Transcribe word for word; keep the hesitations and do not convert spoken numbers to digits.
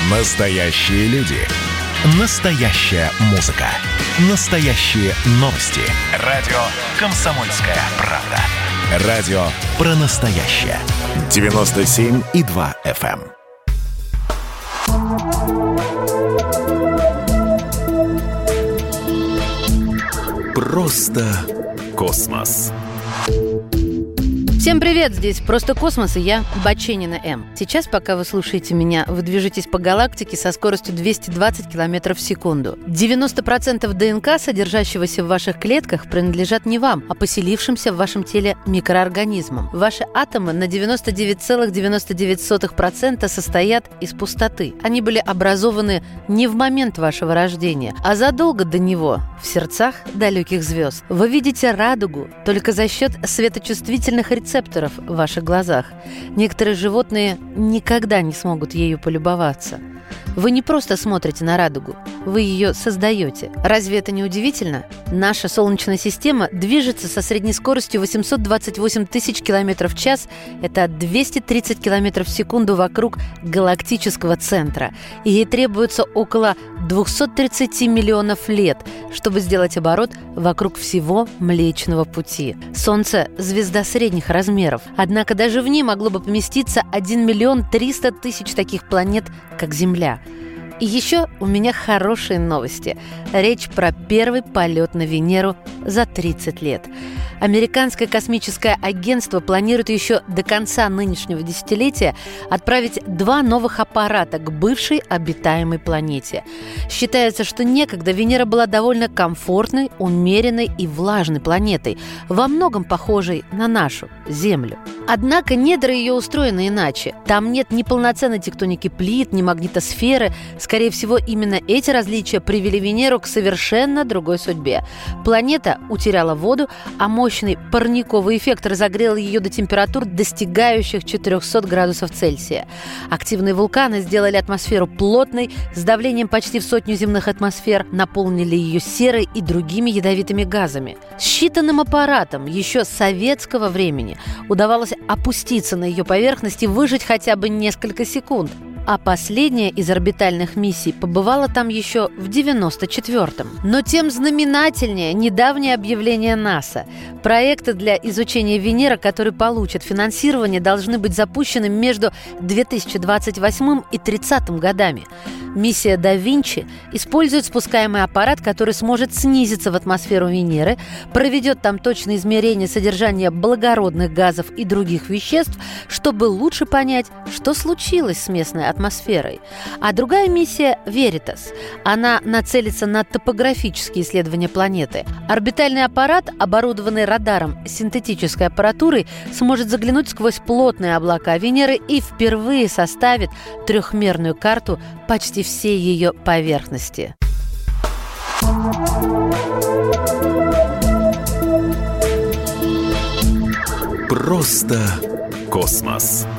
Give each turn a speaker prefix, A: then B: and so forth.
A: Настоящие люди. Настоящая музыка. Настоящие новости. Радио «Комсомольская правда». Радио про настоящее. девяносто семь и два эф эм. Просто космос.
B: Всем привет, здесь «Просто космос» и я, Баченина М. Сейчас, пока вы слушаете меня, вы движетесь по галактике со скоростью двести двадцать километров в секунду. девяносто процентов ДНК, содержащегося в ваших клетках, принадлежат не вам, а поселившимся в вашем теле микроорганизмам. Ваши атомы на девяносто девять целых девяносто девять сотых процента состоят из пустоты. Они были образованы не в момент вашего рождения, а задолго до него, в сердцах далеких звезд. Вы видите радугу только за счет светочувствительных рецепторов в ваших глазах. Некоторые животные никогда не смогут ею полюбоваться. Вы не просто смотрите на радугу, вы ее создаете. Разве это не удивительно? Наша Солнечная система движется со средней скоростью восемьсот двадцать восемь тысяч километров в час. Это двести тридцать километров в секунду вокруг галактического центра. И ей требуется около двести тридцать миллионов лет, чтобы сделать оборот вокруг всего Млечного Пути. Солнце – звезда средних размеров. Однако даже в ней могло бы поместиться один миллион триста тысяч таких планет, как Земля. И еще у меня хорошие новости. Речь про первый полет на Венеру за тридцать лет. Американское космическое агентство планирует еще до конца нынешнего десятилетия отправить два новых аппарата к бывшей обитаемой планете. Считается, что некогда Венера была довольно комфортной, умеренной и влажной планетой, во многом похожей на нашу Землю. Однако недра ее устроены иначе. Там нет ни полноценной тектоники плит, ни магнитосферы. Скорее всего, именно эти различия привели Венеру к совершенно другой судьбе. Планета утеряла воду, а мощный парниковый эффект разогрел ее до температур, достигающих четыреста градусов Цельсия. Активные вулканы сделали атмосферу плотной, с давлением почти в сотню земных атмосфер, наполнили ее серой и другими ядовитыми газами. Считанным аппаратам еще советского времени удавалось опуститься на ее поверхность и выжить хотя бы несколько секунд. А последняя из орбитальных миссий побывала там еще в девяносто четвёртом. Но тем знаменательнее недавнее объявление НАСА. Проекты для изучения Венеры, которые получат финансирование, должны быть запущены между две тысячи двадцать восьмым и тридцатым годами. Миссия «Да Винчи» использует спускаемый аппарат, который сможет снизиться в атмосферу Венеры, проведет там точные измерения содержания благородных газов и других веществ, чтобы лучше понять, что случилось с местной атмосферой. А другая миссия «Веритас». Она нацелится на топографические исследования планеты. Орбитальный аппарат, оборудованный радаром с синтетической аппаратурой, сможет заглянуть сквозь плотные облака Венеры и впервые составит трехмерную карту почти всей ее поверхности.
A: Просто космос.